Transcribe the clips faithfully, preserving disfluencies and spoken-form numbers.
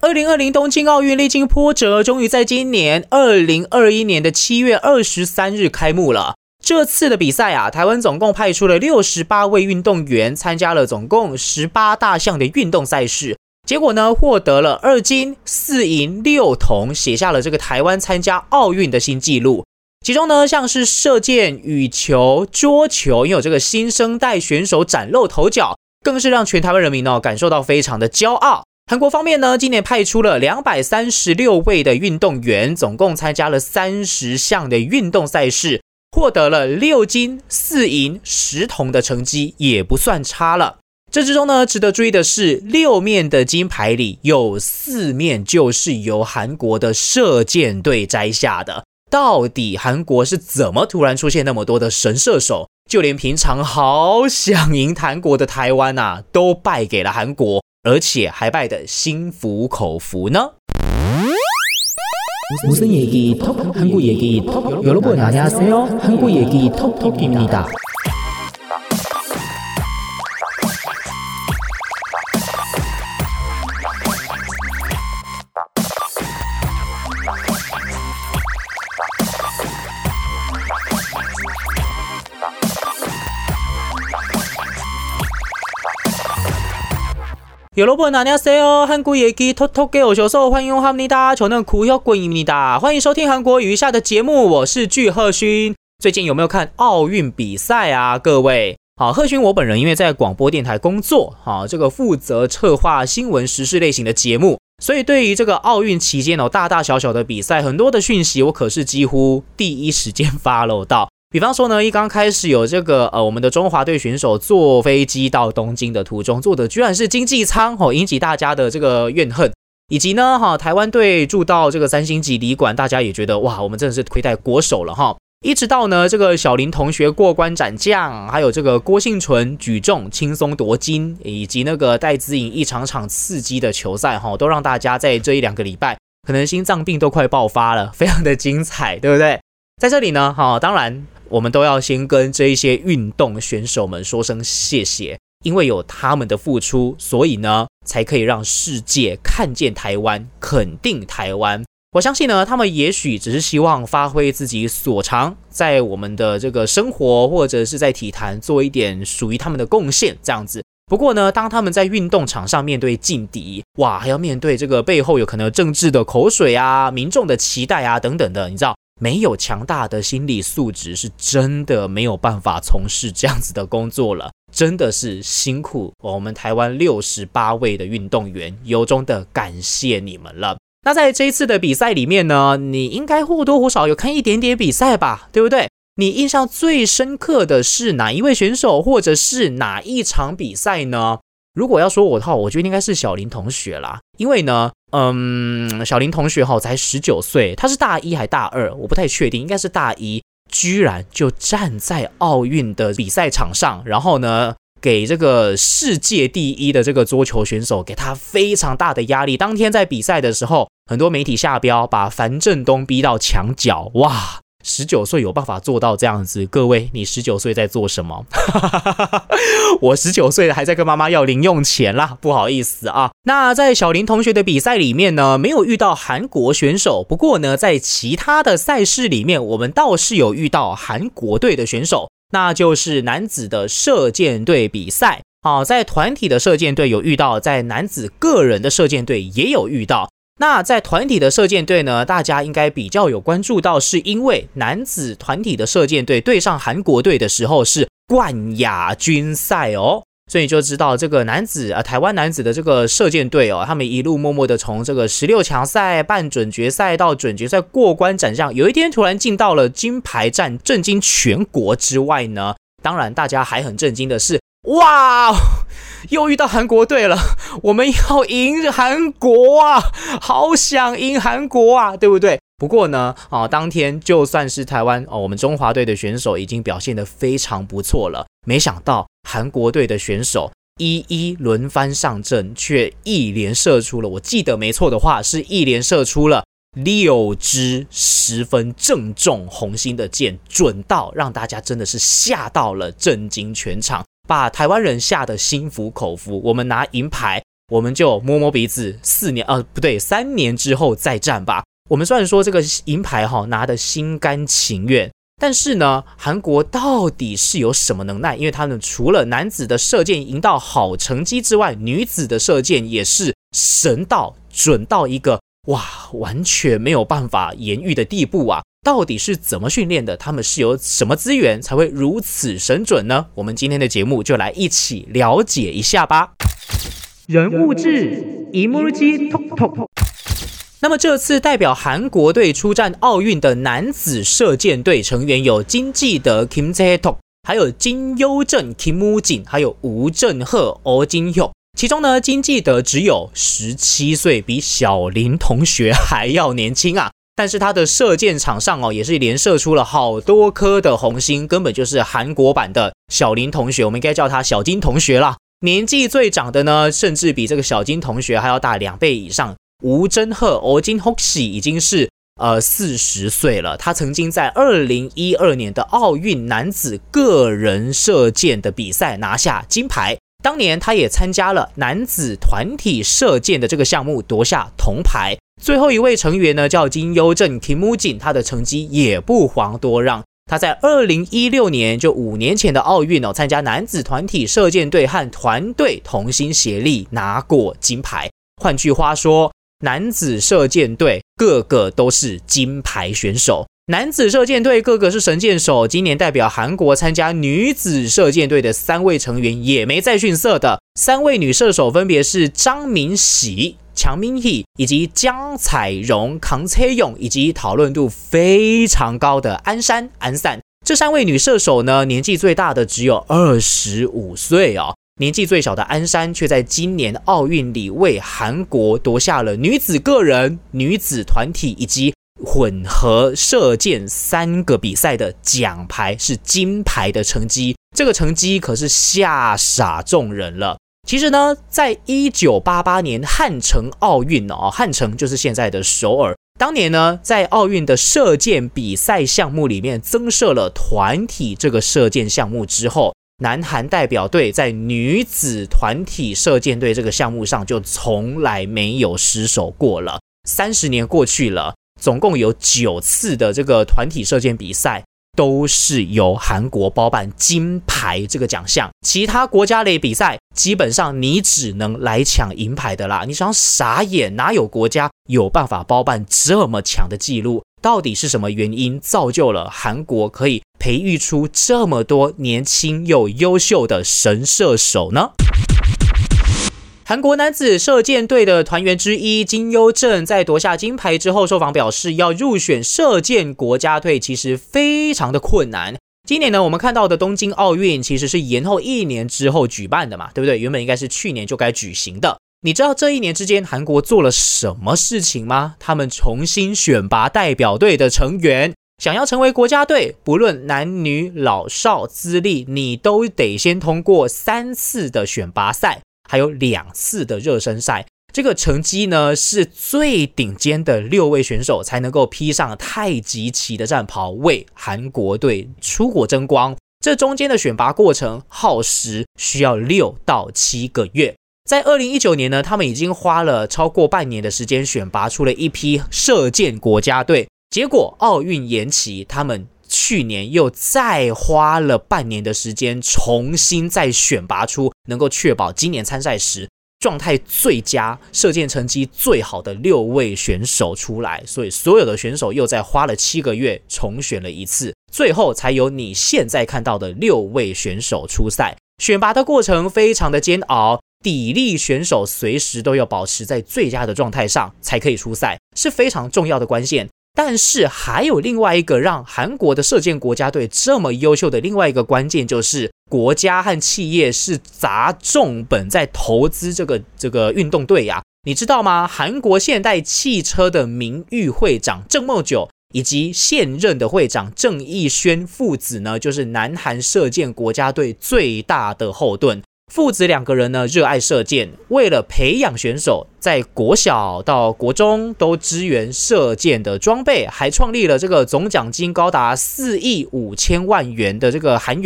二零二零东京奥运历经波折，终于在今年二零二一年的七月二十三日开幕了。这次的比赛啊，台湾总共派出了六十八位运动员，参加了总共十八大项的运动赛事。结果呢，获得了二金四银六铜，写下了这个台湾参加奥运的新纪录。其中呢，像是射箭、羽球、桌球，也有这个新生代选手崭露头角，更是让全台湾人民呢感受到非常的骄傲。韩国方面呢，今年派出了两百三十六位的运动员，总共参加了三十项的运动赛事，获得了六金四银十铜的成绩，也不算差了。这之中呢，值得注意的是，六面的金牌里有四面就是由韩国的射箭队摘下的。到底韩国是怎么突然出现那么多的神射手？就连平常好想赢韩国的台湾啊，都败给了韩国，而且还败得心服口服呢。 무슨 얘기 톡 한국 얘기 톡 여러분 안녕하세요. 한국 얘기 톡톡입니다. 여러분 안녕하세요. 한국 얘기 톡톡에 오셔서 환영합니다. 저는 구혁군입니다. 欢迎收听韩国语一下的节目，我是具赫勋。最近有没有看奥运比赛啊，各位？好，赫勋我本人因为在广播电台工作，好，这个负责策划新闻时事类型的节目，所以对于这个奥运期间哦，大大小小的比赛，很多的讯息我可是几乎第一时间 follow 到。比方说呢，一刚开始有这个呃，我们的中华队选手坐飞机到东京的途中，坐的居然是经济舱，哦，引起大家的这个怨恨。以及呢，哈，台湾队住到这个三星级旅馆，大家也觉得哇，我们真的是亏待国手了哈。一直到呢，这个小林同学过关斩将，还有这个郭婞淳举重轻松夺金，以及那个戴资颖一场场刺激的球赛哈，都让大家在这一两个礼拜可能心脏病都快爆发了，非常的精彩，对不对？在这里呢，哈，当然我们都要先跟这一些运动选手们说声谢谢，因为有他们的付出，所以呢，才可以让世界看见台湾，肯定台湾。我相信呢，他们也许只是希望发挥自己所长，在我们的这个生活或者是在体坛做一点属于他们的贡献，这样子。不过呢，当他们在运动场上面对劲敌，哇，还要面对这个背后有可能政治的口水啊、民众的期待啊等等的，你知道，没有强大的心理素质，是真的没有办法从事这样子的工作了。真的是辛苦我们台湾六十八位的运动员，由衷的感谢你们了。那在这一次的比赛里面呢，你应该或多或少有看一点点比赛吧，对不对？你印象最深刻的是哪一位选手，或者是哪一场比赛呢？如果要说我的话，我觉得应该是小林同学啦，因为呢，嗯，小林同学哈才十九岁，他是大一还大二，我不太确定，应该是大一，居然就站在奥运的比赛场上，然后呢，给这个世界第一的这个桌球选手给他非常大的压力。当天在比赛的时候，很多媒体下标把樊振东逼到墙角，哇！十九岁有办法做到这样子，各位，你十九岁在做什么？我十九岁还在跟妈妈要零用钱啦，不好意思啊。那在小林同学的比赛里面呢，没有遇到韩国选手，不过呢，在其他的赛事里面，我们倒是有遇到韩国队的选手，那就是男子的射箭队比赛。好，在团体的射箭队有遇到，在男子个人的射箭队也有遇到。那在团体的射箭队呢，大家应该比较有关注到，是因为男子团体的射箭队对上韩国队的时候是冠亚军赛哦，所以就知道这个男子啊，台湾男子的这个射箭队哦，他们一路默默的从这个十六强赛、半准决赛到准决赛过关斩将，有一天突然进到了金牌战，震惊全国之外呢，当然大家还很震惊的是，哇，又遇到韩国队了，我们要赢韩国啊，好想赢韩国啊，对不对？不过呢，啊，当天就算是台湾哦，我们中华队的选手已经表现得非常不错了，没想到韩国队的选手一一轮番上阵，却一连射出了，我记得没错的话，是一连射出了六支十分正中红心的箭，准到让大家真的是吓到了，震惊全场，把台湾人吓得心服口服。我们拿银牌， 我们就摸摸鼻子，四年呃不对，三年之后再战吧。我们虽然说这个银牌哈拿得心甘情愿，但是呢，韩国到底是有什么能耐？因为他们除了男子的射箭赢到好成绩之外，女子的射箭也是神到准到一个哇，完全没有办法言喻的地步啊！到底是怎么训练的？他们是有什么资源才会如此神准呢？我们今天的节目就来一起了解一下吧。人物志，Emoji Tok Tok。那么这次代表韩国队出战奥运的男子射箭队成员有金纪德 Kim Jae-tok， 还有金优正 Kim Woo-jin， 还有吴正赫 Oh Jin-hyuk。其中呢，金纪德只有十七岁，比小林同学还要年轻啊。但是他的射箭场上哦，也是连射出了好多颗的红心，根本就是韩国版的小林同学，我们应该叫他小金同学啦。年纪最长的呢，甚至比这个小金同学还要大两倍以上。吴真赫 Oh Jin-hyuk 已经是呃四十岁了，他曾经在二零一二年的奥运男子个人射箭的比赛拿下金牌。当年他也参加了男子团体射箭的这个项目，夺下铜牌。最后一位成员呢叫金优正 Kim Woo-jin， 他的成绩也不遑多让。他在二零一六年，就五年前的奥运哦，参加男子团体射箭队和团队同心协力拿过金牌。换句话说，男子射箭队个个都是金牌选手。男子射箭队个个是神箭手，今年代表韩国参加女子射箭队的三位成员也没再逊色的。三位女射手分别是张敏喜、强min hee以及姜彩荣、康채용，以及讨论度非常高的安山、安散。这三位女射手呢，年纪最大的只有二十五岁哦。年纪最小的安山却在今年奥运里为韩国夺下了女子个人、女子团体以及混合射箭三个比赛的奖牌，是金牌的成绩。这个成绩可是吓傻众人了。其实呢，在一九八八年汉城奥运哦，汉城就是现在的首尔。当年呢，在奥运的射箭比赛项目里面增设了团体这个射箭项目之后，南韩代表队在女子团体射箭队这个项目上就从来没有失手过了。三十年过去了，总共有九次的这个团体射箭比赛都是由韩国包办金牌这个奖项，其他国家类比赛基本上你只能来抢银牌的啦。你想傻眼，哪有国家有办法包办这么强的记录？到底是什么原因造就了韩国可以培育出这么多年轻又优秀的神射手呢？韩国男子射箭队的团员之一金优正在夺下金牌之后受访表示，要入选射箭国家队其实非常的困难。今年呢，我们看到的东京奥运其实是延后一年之后举办的嘛，对不对？原本应该是去年就该举行的。你知道这一年之间韩国做了什么事情吗？他们重新选拔代表队的成员，想要成为国家队，不论男女老少资历，你都得先通过三次的选拔赛，还有两次的热身赛。这个成绩呢，是最顶尖的六位选手才能够披上太极旗的战袍，为韩国队出国争光。这中间的选拔过程耗时需要六到七个月。在二零一九年呢，他们已经花了超过半年的时间选拔出了一批射箭国家队，结果奥运延期，他们去年又再花了半年的时间重新再选拔出能够确保今年参赛时状态最佳、射箭成绩最好的六位选手出来，所以所有的选手又再花了七个月重选了一次，最后才有你现在看到的六位选手出赛。选拔的过程非常的煎熬，砥砺选手随时都要保持在最佳的状态上才可以出赛，是非常重要的关键。但是还有另外一个让韩国的射箭国家队这么优秀的另外一个关键，就是国家和企业是砸重本在投资这个这个运动队呀。你知道吗？韩国现代汽车的名誉会长郑茂久以及现任的会长郑义宣父子呢，就是南韩射箭国家队最大的后盾。父子两个人呢，热爱射箭，为了培养选手，在国小到国中都支援射箭的装备，还创立了这个总奖金高达四亿五千万元的这个韩元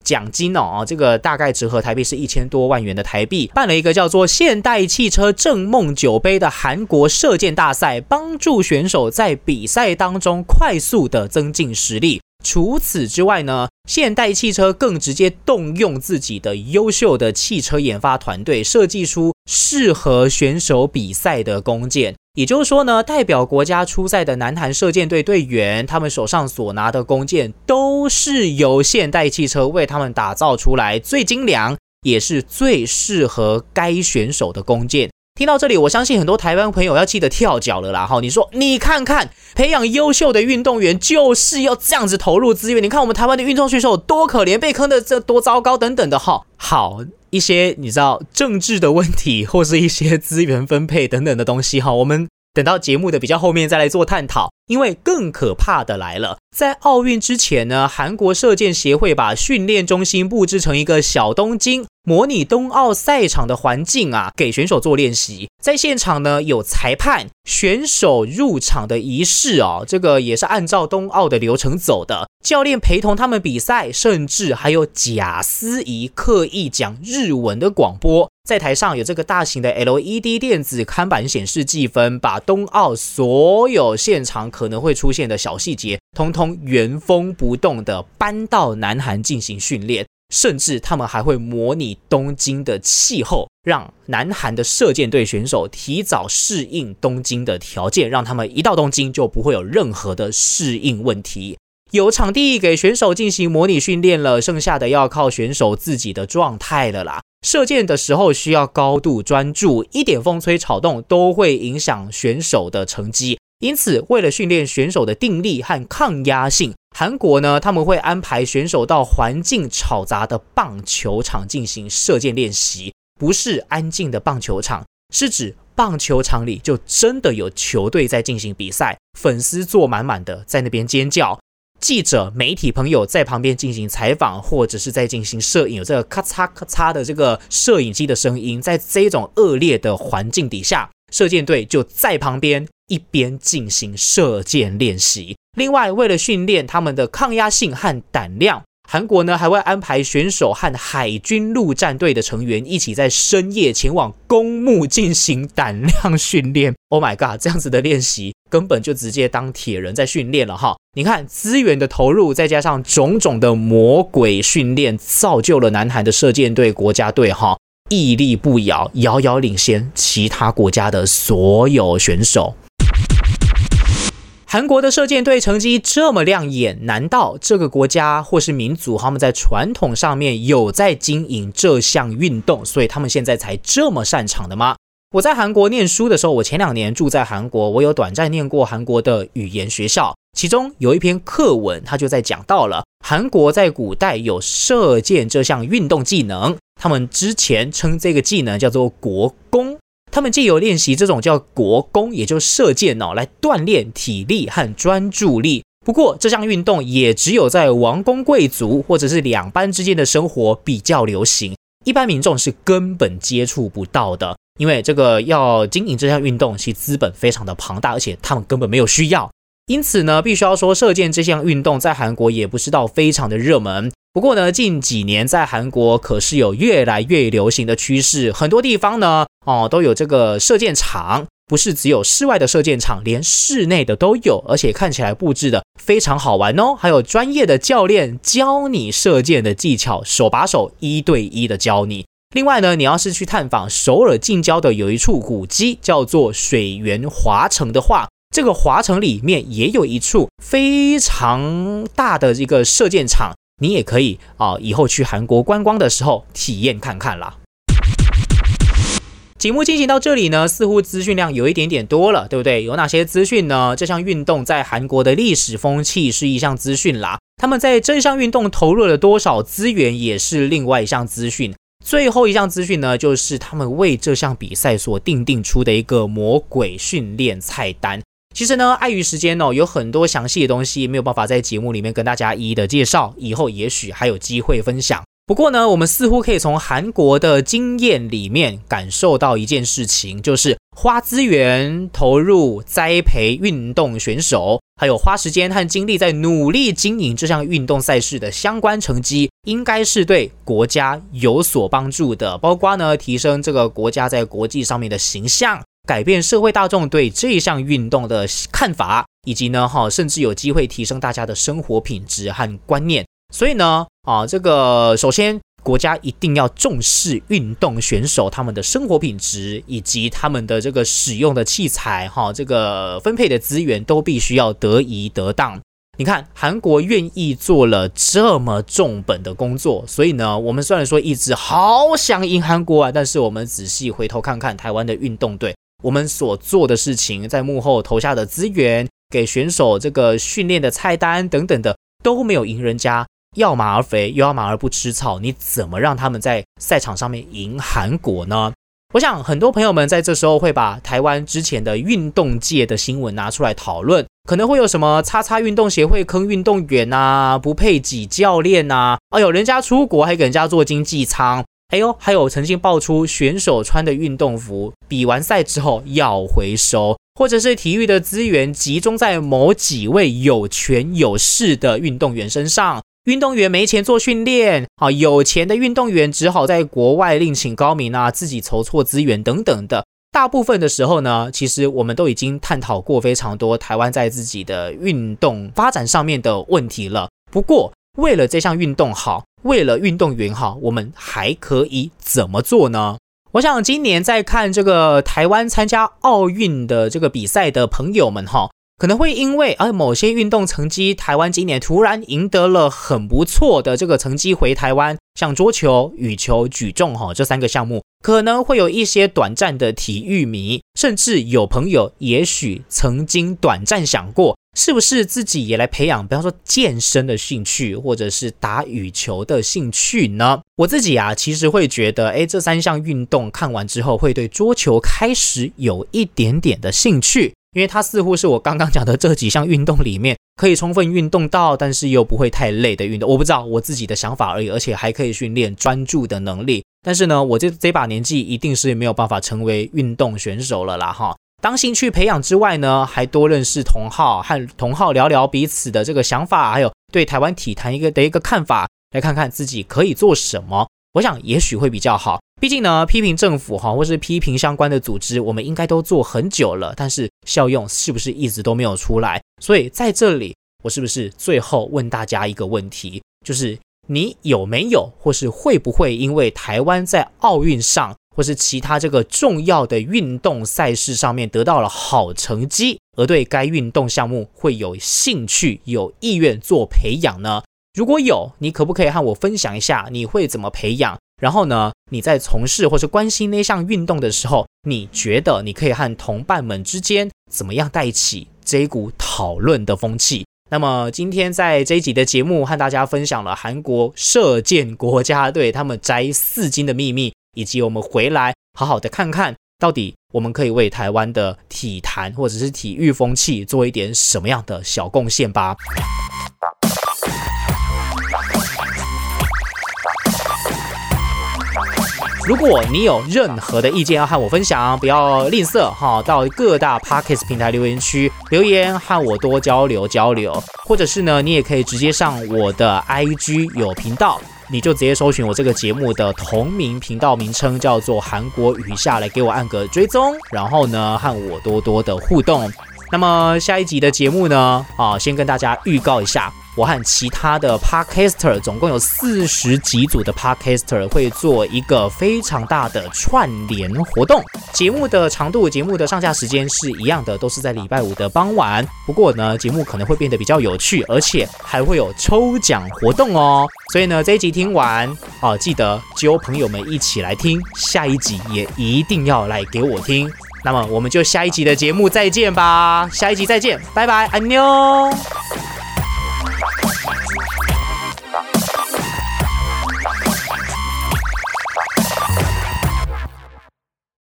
奖金哦，这个大概折合台币是一千多万元的台币，办了一个叫做现代汽车正梦酒杯的韩国射箭大赛，帮助选手在比赛当中快速的增进实力。除此之外呢，现代汽车更直接动用自己的优秀的汽车研发团队，设计出适合选手比赛的弓箭。也就是说呢，代表国家出赛的南韩射箭队队员，他们手上所拿的弓箭都是由现代汽车为他们打造出来，最精良也是最适合该选手的弓箭。听到这里，我相信很多台湾朋友要记得跳脚了啦！你说，你看看，培养优秀的运动员就是要这样子投入资源。你看我们台湾的运动选手多可怜，被坑的这多糟糕等等的哈。好，一些你知道政治的问题，或是一些资源分配等等的东西哈，我们等到节目的比较后面再来做探讨。因为更可怕的来了，在奥运之前呢，韩国射箭协会把训练中心布置成一个小东京，模拟冬奥赛场的环境啊，给选手做练习。在现场呢，有裁判、选手入场的仪式哦，这个也是按照冬奥的流程走的。教练陪同他们比赛，甚至还有假司仪刻意讲日文的广播。在台上有这个大型的 L E D 电子看板显示计分，把冬奥所有现场可能会出现的小细节，通通原封不动的搬到南韩进行训练。甚至他们还会模拟东京的气候，让南韩的射箭队选手提早适应东京的条件，让他们一到东京就不会有任何的适应问题。有场地给选手进行模拟训练了，剩下的要靠选手自己的状态了啦。射箭的时候需要高度专注，一点风吹草动都会影响选手的成绩。因此，为了训练选手的定力和抗压性，韩国呢，他们会安排选手到环境吵杂的棒球场进行射箭练习。不是安静的棒球场，是指棒球场里就真的有球队在进行比赛，粉丝坐满满的在那边尖叫，记者、媒体朋友在旁边进行采访，或者是在进行摄影，有这个咔嚓咔嚓的这个摄影机的声音。在这种恶劣的环境底下，射箭队就在旁边一边进行射箭练习。另外，为了训练他们的抗压性和胆量，韩国呢还会安排选手和海军陆战队的成员一起在深夜前往公墓进行胆量训练。Oh my god， 这样子的练习根本就直接当铁人在训练了哈！你看资源的投入，再加上种种的魔鬼训练，造就了南韩的射箭队国家队哈屹立不摇，遥遥领先其他国家的所有选手。韩国的射箭队成绩这么亮眼，难道这个国家或是民族他们在传统上面有在经营这项运动，所以他们现在才这么擅长的吗？我在韩国念书的时候，我前两年住在韩国，我有短暂念过韩国的语言学校，其中有一篇课文，它就在讲到了韩国在古代有射箭这项运动技能，他们之前称这个技能叫做国弓。他们借由练习这种叫国弓，也就是射箭哦，来锻炼体力和专注力。不过这项运动也只有在王公贵族或者是两班之间的生活比较流行，一般民众是根本接触不到的。因为这个要经营这项运动，其实资本非常的庞大，而且他们根本没有需要。因此呢，必须要说射箭这项运动在韩国也不是到非常的热门。不过呢，近几年在韩国可是有越来越流行的趋势，很多地方呢，哦，都有这个射箭场，不是只有室外的射箭场，连室内的都有，而且看起来布置的非常好玩哦。还有专业的教练教你射箭的技巧，手把手一对一的教你。另外呢，你要是去探访首尔近郊的有一处古迹，叫做水源华城的话，这个华城里面也有一处非常大的一个射箭场，你也可以啊，以后去韩国观光的时候体验看看啦。节目进行到这里呢，似乎资讯量有一点点多了，对不对？有哪些资讯呢？这项运动在韩国的历史风气是一项资讯啦，他们在这项运动投入了多少资源也是另外一项资讯。最后一项资讯呢，就是他们为这项比赛所定定出的一个魔鬼训练菜单。其实呢，碍于时间哦，有很多详细的东西没有办法在节目里面跟大家一一的介绍，以后也许还有机会分享。 不过呢，我们似乎可以从韩国的经验里面感受到一件事情，就是花资源投入栽培运动选手，还有花时间和精力在努力经营这项运动赛事的相关成绩，应该是对国家有所帮助的，包括呢提升这个国家在国际上面的形象，改变社会大众对这项运动的看法，以及呢甚至有机会提升大家的生活品质和观念。所以呢啊，这个首先国家一定要重视运动选手他们的生活品质，以及他们的这个使用的器材哈，这个分配的资源都必须要得宜得当。你看韩国愿意做了这么重本的工作，所以呢我们虽然说一直好想赢韩国啊，但是我们仔细回头看看台湾的运动队，我们所做的事情，在幕后投下的资源，给选手这个训练的菜单等等的，都没有赢人家。要马儿肥，又要马儿不吃草，你怎么让他们在赛场上面赢韩国呢？我想很多朋友们在这时候会把台湾之前的运动界的新闻拿出来讨论，可能会有什么叉叉运动协会坑运动员啊，不配给教练啊，哎呦，人家出国还给人家做经济舱，哎呦，还有曾经爆出选手穿的运动服比完赛之后要回收，或者是体育的资源集中在某几位有权有势的运动员身上，运动员没钱做训练，有钱的运动员只好在国外另请高明啊，自己筹措资源等等的。大部分的时候呢，其实我们都已经探讨过非常多台湾在自己的运动发展上面的问题了。不过为了这项运动好，为了运动员好，我们还可以怎么做呢？我想今年在看这个台湾参加奥运的这个比赛的朋友们哈，可能会因为啊某些运动成绩，台湾今年突然赢得了很不错的这个成绩回台湾，像桌球、羽球、举重哈这三个项目，可能会有一些短暂的体育迷，甚至有朋友也许曾经短暂想过，是不是自己也来培养，比方说健身的兴趣，或者是打羽球的兴趣呢？我自己啊，其实会觉得，哎，这三项运动看完之后，会对桌球开始有一点点的兴趣。因为它似乎是我刚刚讲的这几项运动里面可以充分运动到，但是又不会太累的运动。我不知道，我自己的想法而已，而且还可以训练专注的能力。但是呢，我这这把年纪一定是没有办法成为运动选手了啦哈。当兴趣培养之外呢，还多认识同好，和同好聊聊彼此的这个想法，还有对台湾体坛一个的一个看法，来看看自己可以做什么。我想也许会比较好。毕竟呢，批评政府哈，或是批评相关的组织，我们应该都做很久了，但是效用是不是一直都没有出来？所以在这里，我是不是最后问大家一个问题，就是你有没有，或是会不会因为台湾在奥运上，或是其他这个重要的运动赛事上面得到了好成绩，而对该运动项目会有兴趣、有意愿做培养呢？如果有，你可不可以和我分享一下你会怎么培养？然后呢，你在从事或是关心那项运动的时候，你觉得你可以和同伴们之间怎么样带起这一股讨论的风气？那么今天在这一集的节目和大家分享了韩国射箭国家队他们摘四金的秘密，以及我们回来好好的看看到底我们可以为台湾的体坛或者是体育风气做一点什么样的小贡献吧。如果你有任何的意见要和我分享，不要吝啬哈，到各大 Podcast 平台留言区留言和我多交流交流，或者是呢，你也可以直接上我的 I G 有频道，你就直接搜寻我这个节目的同名频道名称，叫做韩国语下，来给我按个追踪，然后呢和我多多的互动。那么下一集的节目呢，啊，先跟大家预告一下，我和其他的 Podcaster 总共有四十几组的 Podcaster 会做一个非常大的串联活动。节目的长度、节目的上架时间是一样的，都是在礼拜五的傍晚。不过呢，节目可能会变得比较有趣，而且还会有抽奖活动哦。所以呢，这一集听完啊，记得揪朋友们一起来听，下一集也一定要来给我听。那么我们就下一集的节目再见吧，下一集再见，拜拜，安妞。